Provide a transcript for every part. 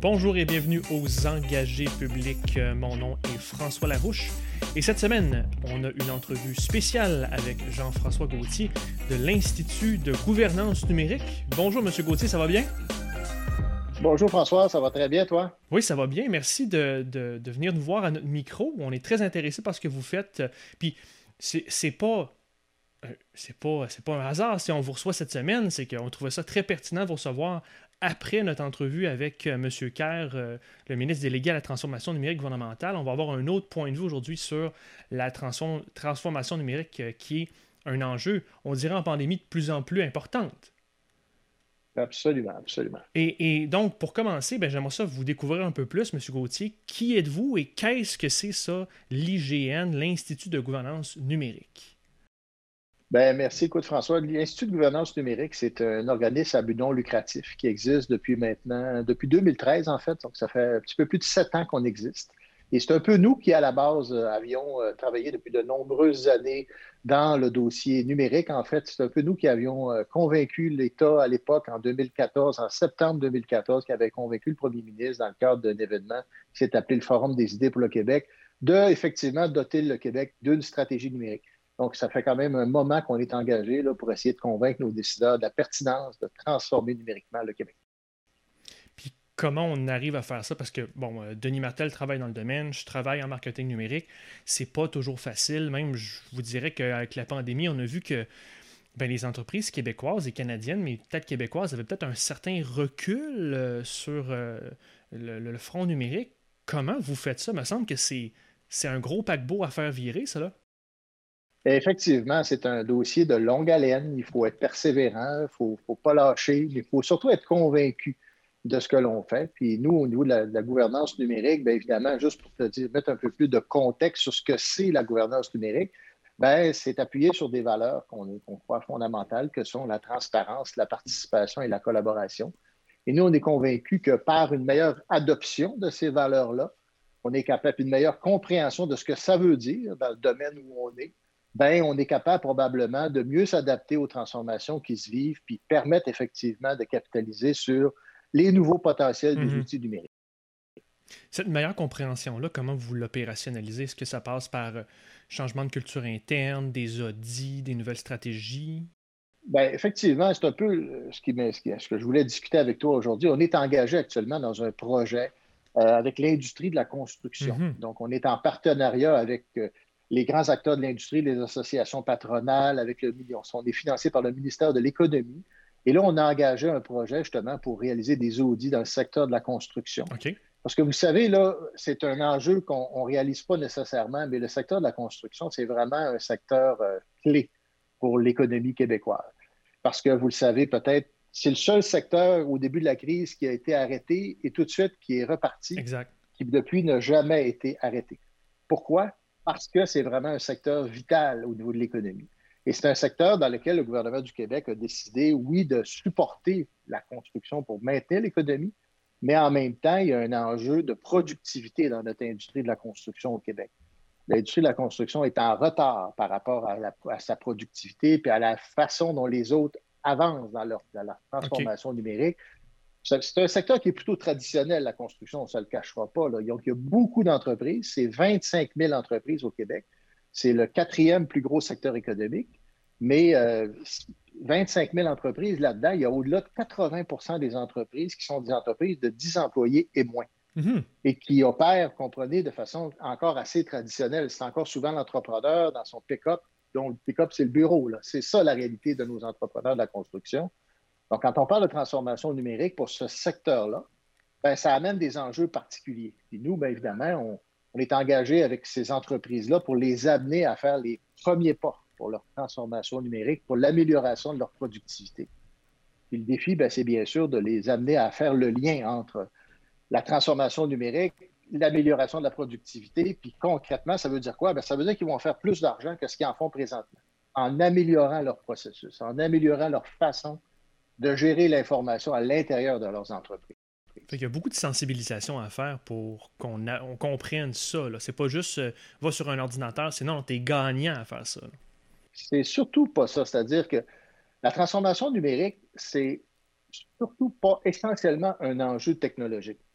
Bonjour et bienvenue aux Engagés publics. Mon nom est François Larouche et cette semaine, on a une entrevue spéciale avec Jean-François Gauthier de l'Institut de gouvernance numérique. Bonjour Monsieur Gauthier, ça va bien? Bonjour François, ça va très bien toi? Oui, ça va bien. Merci de venir nous voir à notre micro. On est très intéressés par ce que vous faites. Puis c'est pas un hasard si on vous reçoit cette semaine, c'est qu'on trouvait ça très pertinent de vous recevoir après notre entrevue avec M. Kerr, le ministre délégué à la transformation numérique gouvernementale. On va avoir un autre point de vue aujourd'hui sur la transformation numérique qui est un enjeu, on dirait en pandémie, de plus en plus importante. Absolument, absolument. Et donc, pour commencer, j'aimerais ça vous découvrir un peu plus, M. Gauthier. Qui êtes-vous et qu'est-ce que c'est ça, l'IGN, l'Institut de gouvernance numérique? Merci. Écoute, François, l'Institut de gouvernance numérique, c'est un organisme à but non lucratif qui existe depuis 2013, en fait. Donc, ça fait un petit peu plus de 7 ans qu'on existe. Et c'est un peu nous qui, à la base, avions travaillé depuis de nombreuses années dans le dossier numérique. En fait, c'est un peu nous qui avions convaincu l'État à l'époque, en 2014, en septembre 2014, qui avait convaincu le premier ministre dans le cadre d'un événement qui s'est appelé le Forum des idées pour le Québec, de, effectivement, doter le Québec d'une stratégie numérique. Donc, ça fait quand même un moment qu'on est engagé là, pour essayer de convaincre nos décideurs de la pertinence de transformer numériquement le Québec. Puis comment on arrive à faire ça? Parce que, Denis Martel travaille dans le domaine, je travaille en marketing numérique. C'est pas toujours facile. Même, je vous dirais qu'avec la pandémie, on a vu que les entreprises québécoises et canadiennes, mais peut-être québécoises, avaient peut-être un certain recul sur le front numérique. Comment vous faites ça? Il me semble que c'est un gros paquebot à faire virer, ça, là. Et effectivement, c'est un dossier de longue haleine. Il faut être persévérant, il ne faut pas lâcher, mais il faut surtout être convaincu de ce que l'on fait. Puis nous, au niveau de la gouvernance numérique, bien évidemment, juste pour te dire, mettre un peu plus de contexte sur ce que c'est la gouvernance numérique, c'est appuyé sur des valeurs qu'on croit fondamentales, que sont la transparence, la participation et la collaboration. Et nous, on est convaincus que par une meilleure adoption de ces valeurs-là, on est capable d'une meilleure compréhension de ce que ça veut dire dans le domaine où on est, on est capable probablement de mieux s'adapter aux transformations qui se vivent puis permettre effectivement de capitaliser sur les nouveaux potentiels des outils numériques. Cette meilleure compréhension-là, comment vous l'opérationnalisez? Est-ce que ça passe par changement de culture interne, des audits, des nouvelles stratégies? Effectivement, c'est un peu ce que je voulais discuter avec toi aujourd'hui. On est engagé actuellement dans un projet avec l'industrie de la construction. Donc, on est en partenariat avec les grands acteurs de l'industrie, les associations patronales, on est financé par le ministère de l'Économie. Et là, on a engagé un projet justement pour réaliser des audits dans le secteur de la construction. Okay. Parce que vous savez, là, c'est un enjeu qu'on ne réalise pas nécessairement, mais le secteur de la construction, c'est vraiment un secteur clé pour l'économie québécoise. Parce que vous le savez peut-être, c'est le seul secteur au début de la crise qui a été arrêté et tout de suite qui est reparti, exact. Qui depuis n'a jamais été arrêté. Pourquoi? Parce que c'est vraiment un secteur vital au niveau de l'économie. Et c'est un secteur dans lequel le gouvernement du Québec a décidé, oui, de supporter la construction pour maintenir l'économie, mais en même temps, il y a un enjeu de productivité dans notre industrie de la construction au Québec. L'industrie de la construction est en retard par rapport à sa productivité et à la façon dont les autres avancent dans leur transformation numérique. C'est un secteur qui est plutôt traditionnel, la construction, on ne se le cachera pas. Là. Donc, il y a beaucoup d'entreprises. C'est 25 000 entreprises au Québec. C'est le 4e plus gros secteur économique. Mais 25 000 entreprises là-dedans, il y a au-delà de 80 des entreprises qui sont des entreprises de 10 employés et moins. Et qui opèrent, comprenez, de façon encore assez traditionnelle. C'est encore souvent l'entrepreneur dans son pick-up, dont le pick-up, c'est le bureau. Là. C'est ça la réalité de nos entrepreneurs de la construction. Donc, quand on parle de transformation numérique pour ce secteur-là, ça amène des enjeux particuliers. Puis nous, évidemment, on est engagé avec ces entreprises-là pour les amener à faire les premiers pas pour leur transformation numérique, pour l'amélioration de leur productivité. Puis le défi, c'est bien sûr de les amener à faire le lien entre la transformation numérique, l'amélioration de la productivité, puis concrètement, ça veut dire quoi? Ça veut dire qu'ils vont faire plus d'argent que ce qu'ils en font présentement, en améliorant leur processus, en améliorant leur façon de gérer l'information à l'intérieur de leurs entreprises. Il y a beaucoup de sensibilisation à faire pour qu'on comprenne ça. Là. C'est pas juste va sur un ordinateur, sinon t'es gagnant à faire ça. Là. C'est surtout pas ça. C'est-à-dire que la transformation numérique, c'est surtout pas essentiellement un enjeu technologique.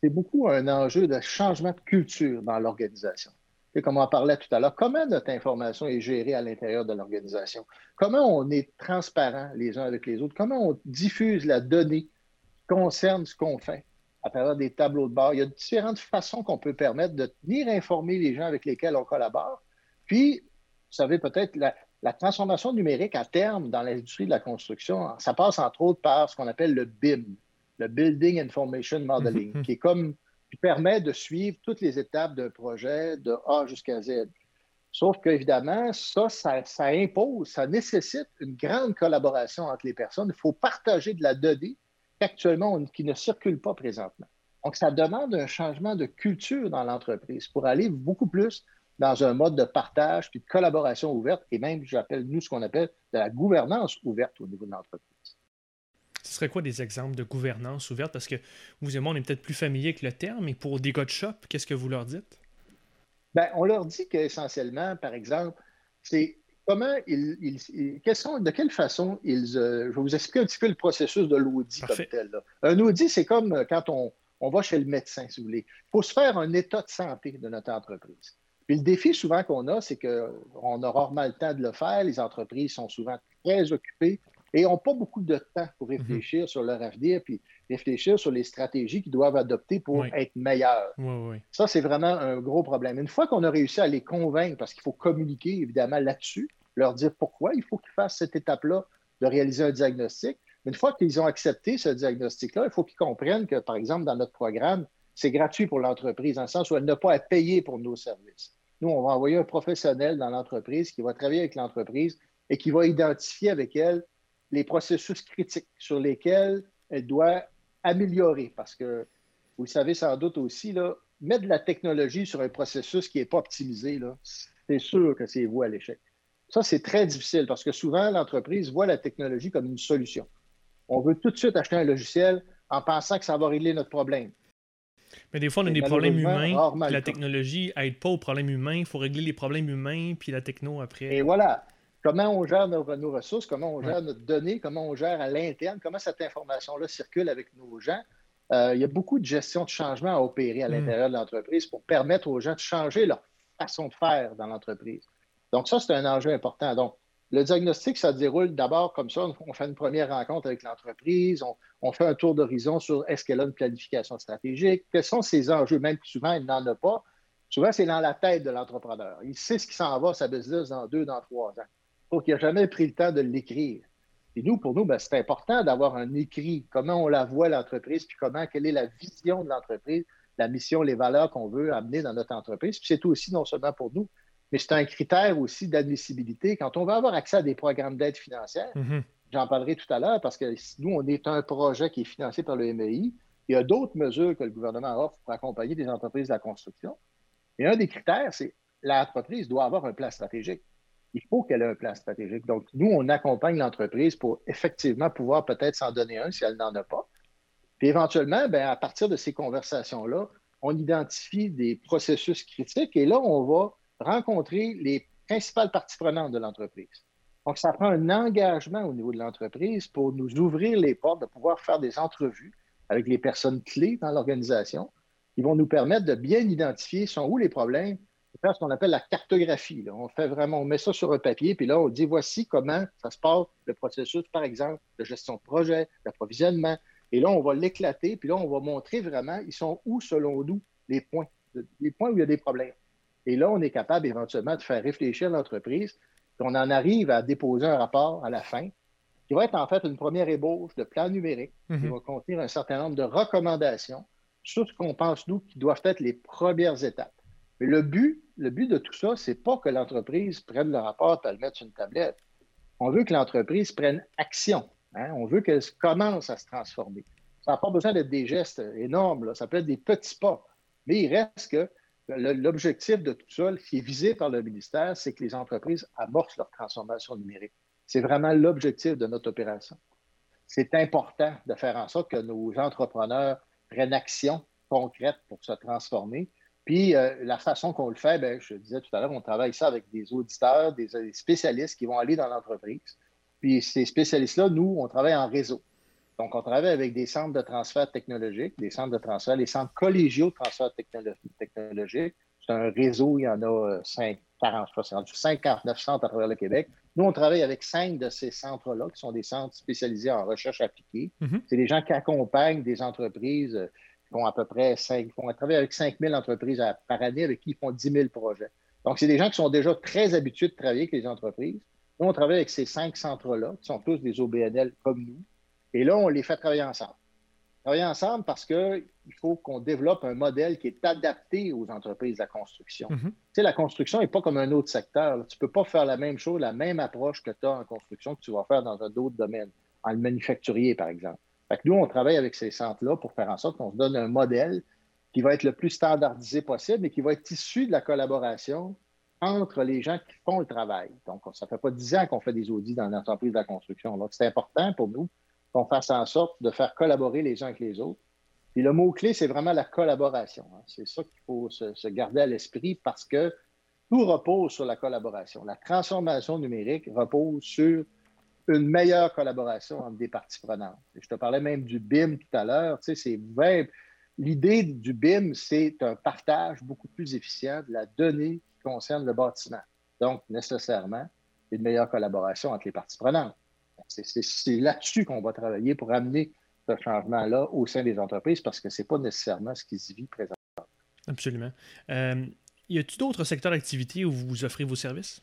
c'est beaucoup un enjeu de changement de culture dans l'organisation. Et comme on parlait tout à l'heure, comment notre information est gérée à l'intérieur de l'organisation? Comment on est transparent les uns avec les autres? Comment on diffuse la donnée qui concerne ce qu'on fait à travers des tableaux de bord? Il y a différentes façons qu'on peut permettre de tenir informés les gens avec lesquels on collabore. Puis, vous savez, peut-être la transformation numérique à terme dans l'industrie de la construction, ça passe entre autres par ce qu'on appelle le BIM, le Building Information Modeling, qui permet de suivre toutes les étapes d'un projet de A jusqu'à Z. Sauf qu'évidemment, ça impose, ça nécessite une grande collaboration entre les personnes. Il faut partager de la donnée qui ne circule pas présentement. Donc, ça demande un changement de culture dans l'entreprise pour aller beaucoup plus dans un mode de partage puis de collaboration ouverte et même, j'appelle, nous, ce qu'on appelle de la gouvernance ouverte au niveau de l'entreprise. Ce serait quoi des exemples de gouvernance ouverte? Parce que vous et moi, on est peut-être plus familiers avec le terme, mais pour des gars de shop, qu'est-ce que vous leur dites? Bien, on leur dit qu'essentiellement, par exemple, c'est de quelle façon je vais vous expliquer un petit peu le processus de l'audit comme Parfait. tel, là. Un audit, c'est comme quand on va chez le médecin, si vous voulez. Il faut se faire un état de santé de notre entreprise. Puis le défi souvent qu'on a, c'est qu'on a rarement le temps de le faire. Les entreprises sont souvent très occupées et n'ont pas beaucoup de temps pour réfléchir sur leur avenir puis réfléchir sur les stratégies qu'ils doivent adopter pour Oui. être meilleurs. Oui. Ça, c'est vraiment un gros problème. Une fois qu'on a réussi à les convaincre, parce qu'il faut communiquer évidemment là-dessus, leur dire pourquoi il faut qu'ils fassent cette étape-là de réaliser un diagnostic. Mais une fois qu'ils ont accepté ce diagnostic-là, il faut qu'ils comprennent que, par exemple, dans notre programme, c'est gratuit pour l'entreprise, dans le sens où elle n'a pas à payer pour nos services. Nous, on va envoyer un professionnel dans l'entreprise qui va travailler avec l'entreprise et qui va identifier avec elle les processus critiques sur lesquels elle doit améliorer. Parce que, vous le savez sans doute aussi, là, mettre de la technologie sur un processus qui n'est pas optimisé, là, c'est sûr que c'est voué à l'échec. Ça, c'est très difficile parce que souvent, l'entreprise voit la technologie comme une solution. On veut tout de suite acheter un logiciel en pensant que ça va régler notre problème. Mais des fois, on a Et des problèmes humains, rarement puis le la cas. technologie n'aide pas aux problèmes humains. Il faut régler les problèmes humains, puis la techno Et après. voilà, comment on gère nos ressources, comment on Ouais. gère notre donnée, comment on gère à l'interne, comment cette information-là circule avec nos gens. Il y a beaucoup de gestion de changement à opérer à Mm. l'intérieur de l'entreprise pour permettre aux gens de changer leur façon de faire dans l'entreprise. Donc, ça, c'est un enjeu important. Donc, le diagnostic, ça se déroule d'abord comme ça. On fait une première rencontre avec l'entreprise, on fait un tour d'horizon sur est-ce qu'elle a une planification stratégique, quels sont ses enjeux, même que souvent, elle n'en a pas. Souvent, c'est dans la tête de l'entrepreneur. Il sait ce qui s'en va, sa business, dans 2, dans 3 ans. Donc, il n'a jamais pris le temps de l'écrire. Et nous, pour nous, ben, c'est important d'avoir un écrit, comment on la voit, l'entreprise, puis quelle est la vision de l'entreprise, la mission, les valeurs qu'on veut amener dans notre entreprise. Puis c'est aussi non seulement pour nous, mais c'est un critère aussi d'admissibilité. Quand on va avoir accès à des programmes d'aide financière, Mhm. j'en parlerai tout à l'heure parce que nous, on est un projet qui est financé par le MEI. Il y a d'autres mesures que le gouvernement offre pour accompagner des entreprises de la construction. Et un des critères, c'est que l'entreprise doit avoir un plan stratégique. Il faut qu'elle ait un plan stratégique. Donc, nous, on accompagne l'entreprise pour effectivement pouvoir peut-être s'en donner un si elle n'en a pas. Puis éventuellement, bien, à partir de ces conversations-là, on identifie des processus critiques et là, on va rencontrer les principales parties prenantes de l'entreprise. Donc, ça prend un engagement au niveau de l'entreprise pour nous ouvrir les portes, de pouvoir faire des entrevues avec les personnes clés dans l'organisation qui vont nous permettre de bien identifier sont où les problèmes, et faire ce qu'on appelle la cartographie. Là. On met ça sur un papier, puis là, on dit voici comment ça se passe, le processus, par exemple, de gestion de projet, d'approvisionnement. Et là, on va l'éclater, puis là, on va montrer vraiment, ils sont où, selon nous, les points où il y a des problèmes. Et là, on est capable éventuellement de faire réfléchir l'entreprise, puis on en arrive à déposer un rapport à la fin, qui va être en fait une première ébauche de plan numérique, qui Mhm. va contenir un certain nombre de recommandations sur ce qu'on pense, nous, qui doivent être les premières étapes. Mais le but de tout ça, c'est pas que l'entreprise prenne le rapport et le mette sur une tablette. On veut que l'entreprise prenne action. Hein? On veut qu'elle commence à se transformer. Ça n'a pas besoin d'être des gestes énormes, là. Ça peut être des petits pas. Mais il reste que l'objectif de tout ça, qui est visé par le ministère, c'est que les entreprises amorcent leur transformation numérique. C'est vraiment l'objectif de notre opération. C'est important de faire en sorte que nos entrepreneurs prennent action concrète pour se transformer. Puis, la façon qu'on le fait, bien, je disais tout à l'heure, on travaille ça avec des auditeurs, des spécialistes qui vont aller dans l'entreprise. Puis, ces spécialistes-là, nous, on travaille en réseau. Donc, on travaille avec des centres de transfert technologique, des centres de transfert, les centres collégiaux de transfert technologique. C'est un réseau, il y en a 59 centres à travers le Québec. Nous, on travaille avec 5 de ces centres-là, qui sont des centres spécialisés en recherche appliquée. Mhm. C'est des gens qui accompagnent des entreprises qui font à peu près font travailler avec 5 000 entreprises par année avec qui ils font 10 000 projets. Donc, c'est des gens qui sont déjà très habitués de travailler avec les entreprises. Nous, on travaille avec ces 5 centres-là, qui sont tous des OBNL comme nous. Et là, on les fait travailler ensemble. Travailler ensemble parce qu'il faut qu'on développe un modèle qui est adapté aux entreprises de la construction. Mhm. Tu sais, la construction n'est pas comme un autre secteur. Tu ne peux pas faire la même chose, la même approche que tu as en construction que tu vas faire dans un autre domaine, en le manufacturier, par exemple. Fait que nous, on travaille avec ces centres-là pour faire en sorte qu'on se donne un modèle qui va être le plus standardisé possible et qui va être issu de la collaboration entre les gens qui font le travail. Donc, ça ne fait pas 10 ans qu'on fait des audits dans l'entreprise de la construction. Donc, c'est important pour nous qu'on fasse en sorte de faire collaborer les uns avec les autres. Et le mot-clé, c'est vraiment la collaboration. C'est ça qu'il faut se garder à l'esprit parce que tout repose sur la collaboration. La transformation numérique repose sur une meilleure collaboration entre des parties prenantes. Je te parlais même du BIM tout à l'heure. Tu sais, l'idée du BIM, c'est un partage beaucoup plus efficient de la donnée qui concerne le bâtiment. Donc, nécessairement, une meilleure collaboration entre les parties prenantes. C'est là-dessus qu'on va travailler pour amener ce changement-là au sein des entreprises parce que ce n'est pas nécessairement ce qui se vit présentement. Absolument. Y a-t-il d'autres secteurs d'activité où vous offrez vos services?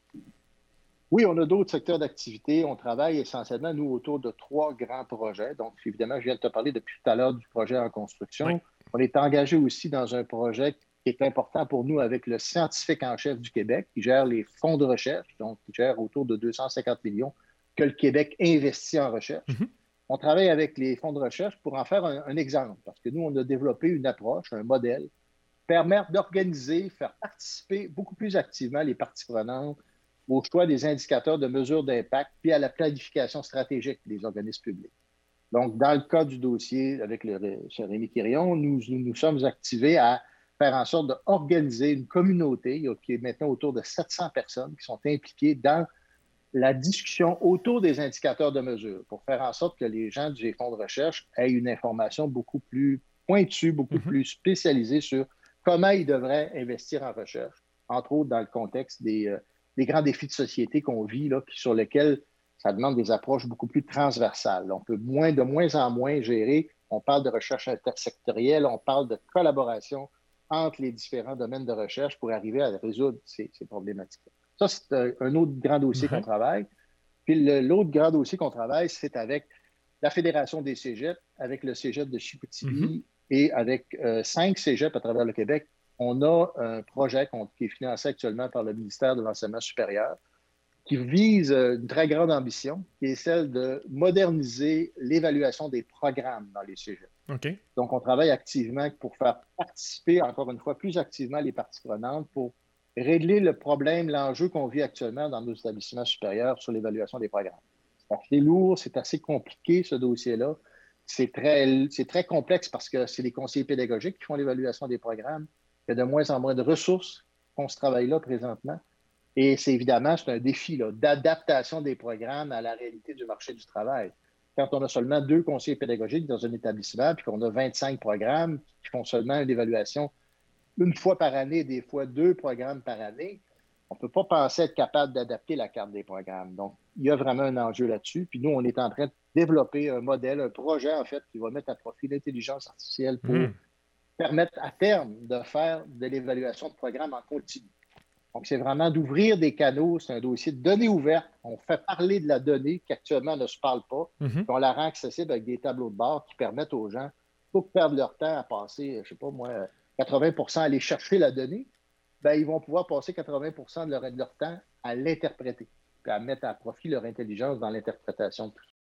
Oui, on a d'autres secteurs d'activité. On travaille essentiellement, nous, autour de 3 grands projets. Donc, évidemment, je viens de te parler depuis tout à l'heure du projet en construction. Oui. On est engagé aussi dans un projet qui est important pour nous avec le scientifique en chef du Québec qui gère les fonds de recherche, donc qui gère autour de 250 millions que le Québec investit en recherche. Mm-hmm. On travaille avec les fonds de recherche pour en faire un exemple, parce que nous, on a développé une approche, un modèle, permettre d'organiser, faire participer beaucoup plus activement les parties prenantes au choix des indicateurs de mesure d'impact, puis à la planification stratégique des organismes publics. Donc, dans le cas du dossier avec M. Rémi Quirion, nous sommes activés à faire en sorte d'organiser une communauté qui est maintenant autour de 700 personnes qui sont impliquées dans la discussion autour des indicateurs de mesure pour faire en sorte que les gens des fonds de recherche aient une information beaucoup plus pointue, beaucoup plus spécialisée sur comment ils devraient investir en recherche, entre autres dans le contexte des grands défis de société qu'on vit, là, sur lesquels ça demande des approches beaucoup plus transversales. On peut de moins en moins gérer. On parle de recherche intersectorielle, on parle de collaboration entre les différents domaines de recherche pour arriver à résoudre ces problématiques-là. Ça, c'est un autre grand dossier qu'on travaille. Puis l'autre grand dossier qu'on travaille, c'est avec la Fédération des cégeps, avec le cégep de Chicoutimi et avec 5 cégeps à travers le Québec. On a un projet qui est financé actuellement par le ministère de l'Enseignement supérieur qui vise une très grande ambition, qui est celle de moderniser l'évaluation des programmes dans les cégeps. Okay. Donc, on travaille activement pour faire participer, encore une fois, plus activement les parties prenantes pour régler le problème, l'enjeu qu'on vit actuellement dans nos établissements supérieurs sur l'évaluation des programmes. C'est assez lourd, c'est assez compliqué, ce dossier-là. C'est très complexe parce que c'est les conseillers pédagogiques qui font l'évaluation des programmes. Il y a de moins en moins de ressources pour ce travail-là présentement. Et c'est un défi d'adaptation des programmes à la réalité du marché du travail. Quand on a seulement 2 conseillers pédagogiques dans un établissement, puis qu'on a 25 programmes qui font seulement une évaluation une fois par année, des fois 2 programmes par année, on ne peut pas penser être capable d'adapter la carte des programmes. Donc, il y a vraiment un enjeu là-dessus. Puis nous, on est en train de développer un modèle, un projet, en fait, qui va mettre à profit l'intelligence artificielle pour permettre à terme de faire de l'évaluation de programmes en continu. Donc, c'est vraiment d'ouvrir des canaux. C'est un dossier de données ouvertes. On fait parler de la donnée qui actuellement ne se parle pas. Puis on la rend accessible avec des tableaux de bord qui permettent aux gens, pour perdre leur temps à passer, je ne sais pas moi, 80% à aller chercher la donnée, bien, ils vont pouvoir passer 80% de leur temps à l'interpréter, puis à mettre à profit leur intelligence dans l'interprétation de tout ça.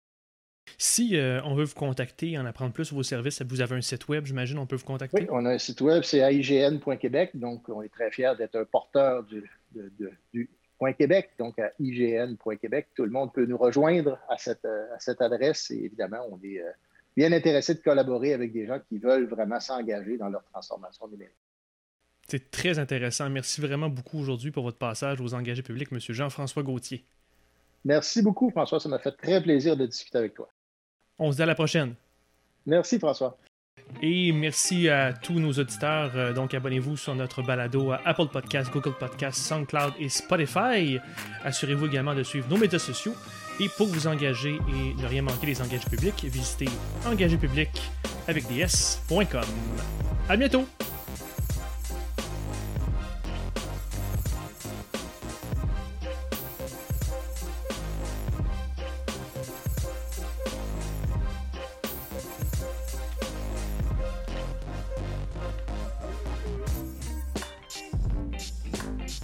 Si on veut vous contacter, en apprendre plus sur vos services, vous avez un site web, j'imagine, on peut vous contacter? Oui, on a un site web, c'est ign.québec, donc on est très fiers d'être un porteur du Point Québec, donc à ign.québec. Tout le monde peut nous rejoindre à cette adresse et évidemment, on est bien intéressé de collaborer avec des gens qui veulent vraiment s'engager dans leur transformation numérique. C'est très intéressant. Merci vraiment beaucoup aujourd'hui pour votre passage aux engagés publics, M. Jean-François Gauthier. Merci beaucoup, François. Ça m'a fait très plaisir de discuter avec toi. On se dit à la prochaine. Merci, François. Et merci à tous nos auditeurs. Donc, abonnez-vous sur notre balado à Apple Podcasts, Google Podcasts, SoundCloud et Spotify. Assurez-vous également de suivre nos médias sociaux. Et pour vous engager et ne rien manquer des engagements publics, visitez engagerpublic.com. À bientôt!